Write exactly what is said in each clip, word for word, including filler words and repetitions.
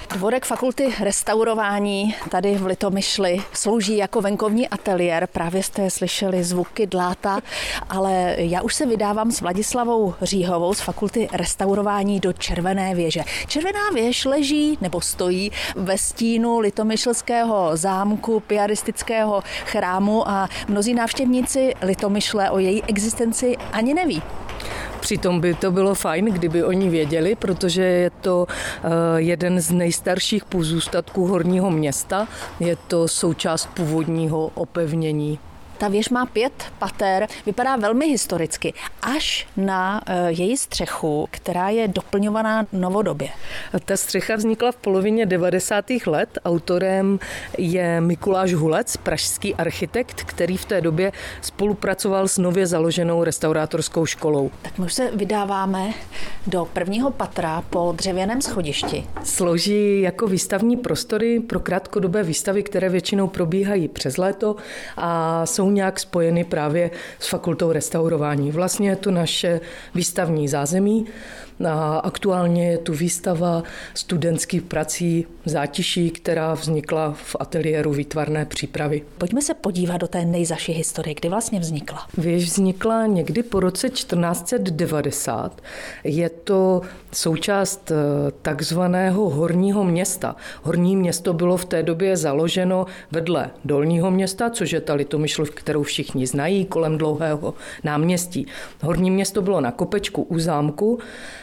Dvorek fakulty restaurování tady v Litomyšli slouží jako venkovní ateliér. Právě jste slyšeli zvuky dláta, ale já už se vydávám s Vladislavou Říhovou z fakulty restaurování do Červené věže. Červená věž leží nebo stojí ve stínu litomyšlského zámku, piaristického chrámu a mnozí návštěvníci Litomyšle o její existenci ani neví. Přitom by to bylo fajn, kdyby oni věděli, protože je to jeden z nejstarších pozůstatků Horního Města. Je to součást původního opevnění. Ta věž má pět pater, vypadá velmi historicky, až na její střechu, která je doplňovaná novodobě. Ta střecha vznikla v polovině devadesátých let. Autorem je Mikuláš Hulec, pražský architekt, který v té době spolupracoval s nově založenou restaurátorskou školou. Tak my už se vydáváme do prvního patra po dřevěném schodišti. Slouží jako výstavní prostory pro krátkodobé výstavy, které většinou probíhají přes léto a jsou nějak spojeny právě s fakultou restaurování. Vlastně je to naše výstavní zázemí. A aktuálně je tu výstava studentských prací Zátiší, která vznikla v ateliéru výtvarné přípravy. Pojďme se podívat do té nejzazší historie. Kdy vlastně vznikla? Věž vznikla někdy po roce čtrnáct set devadesát. Je to součást takzvaného Horního Města. Horní Město bylo v té době založeno vedle Dolního Města, což je ta Litomyšl, kterou všichni znají, kolem Dlouhého náměstí. Horní Město bylo na kopečku u zámku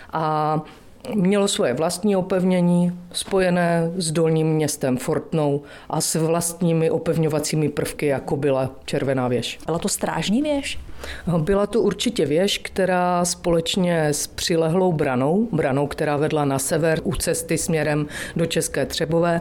a mělo svoje vlastní opevnění spojené s Dolním Městem Fortnou a s vlastními opevňovacími prvky, jako byla Červená věž. Byla to strážní věž? Byla to určitě věž, která společně s přilehlou branou, branou, která vedla na sever u cesty směrem do České Třebové,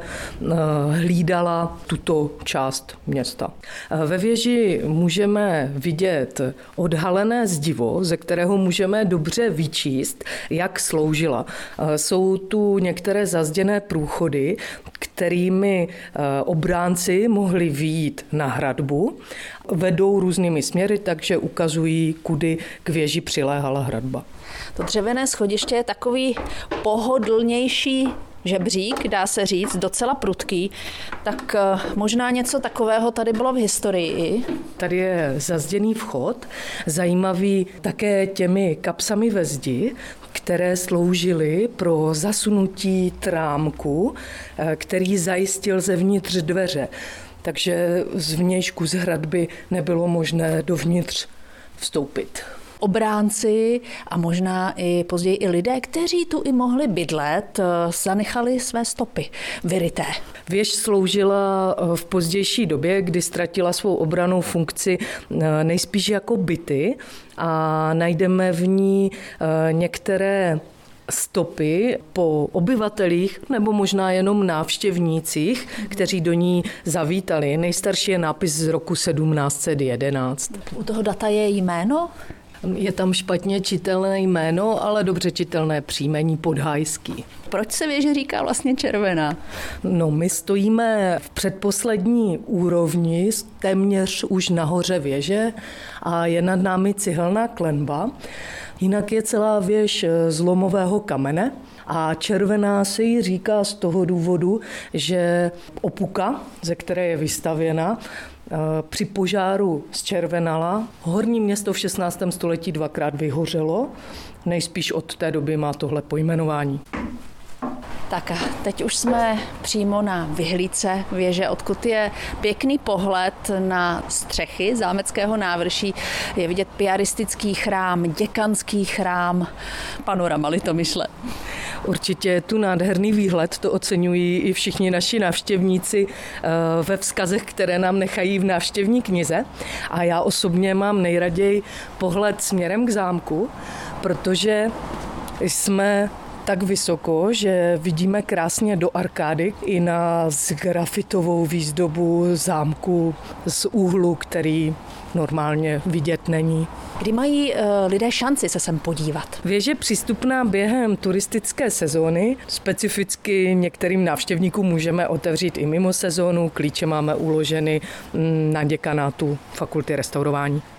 hlídala tuto část města. Ve věži můžeme vidět odhalené zdivo, ze kterého můžeme dobře vyčíst, jak sloužila. Jsou tu některé zazděné průchody, kterými obránci mohli vyjít na hradbu. Vedou různými směry, takže ukazují, kudy k věži přiléhala hradba. To dřevěné schodiště je takový pohodlnější žebřík, dá se říct, docela prudký, tak možná něco takového tady bylo v historii. Tady je zazděný vchod, zajímavý také těmi kapsami ve zdi, které sloužily pro zasunutí trámku, který zajistil zevnitř dveře. Takže zvnějšku z hradby nebylo možné dovnitř vstoupit. Obránci a možná i později i lidé, kteří tu i mohli bydlet, zanechali své stopy vyryté. Věž sloužila v pozdější době, kdy ztratila svou obrannou funkci nejspíš jako byty a najdeme v ní některé stopy po obyvatelích nebo možná jenom návštěvnících, kteří do ní zavítali. Nejstarší je nápis z roku sedmnáct set jedenáct. U toho data je jméno? Je tam špatně čitelné jméno, ale dobře čitelné příjmení Podhajský. Proč se věže říká vlastně Červená? No, my stojíme v předposlední úrovni, téměř už nahoře věže a je nad námi cihelná klenba. Jinak je celá věž z lomového kamene a Červená se jí říká z toho důvodu, že opuka, ze které je vystavěna, při požáru zčervenala. Horní Město v šestnáctém století dvakrát vyhořelo, nejspíš od té doby má tohle pojmenování. Tak a teď už jsme přímo na vyhlídce věže, odkud je pěkný pohled na střechy zámeckého návrší. Je vidět piaristický chrám, děkanský chrám, panorama Litomyšle. Určitě je tu nádherný výhled, to oceňují i všichni naši návštěvníci ve vzkazech, které nám nechají v návštěvní knize. A já osobně mám nejraději pohled směrem k zámku, protože jsme tak vysoko, že vidíme krásně do arkády i na zgrafitovou výzdobu zámku z úhlu, který normálně vidět není. Kdy mají uh, lidé šanci se sem podívat? Věž je přístupná během turistické sezóny. Specificky některým návštěvníkům můžeme otevřít i mimo sezónu. Klíče máme uloženy na děkanátu fakulty restaurování.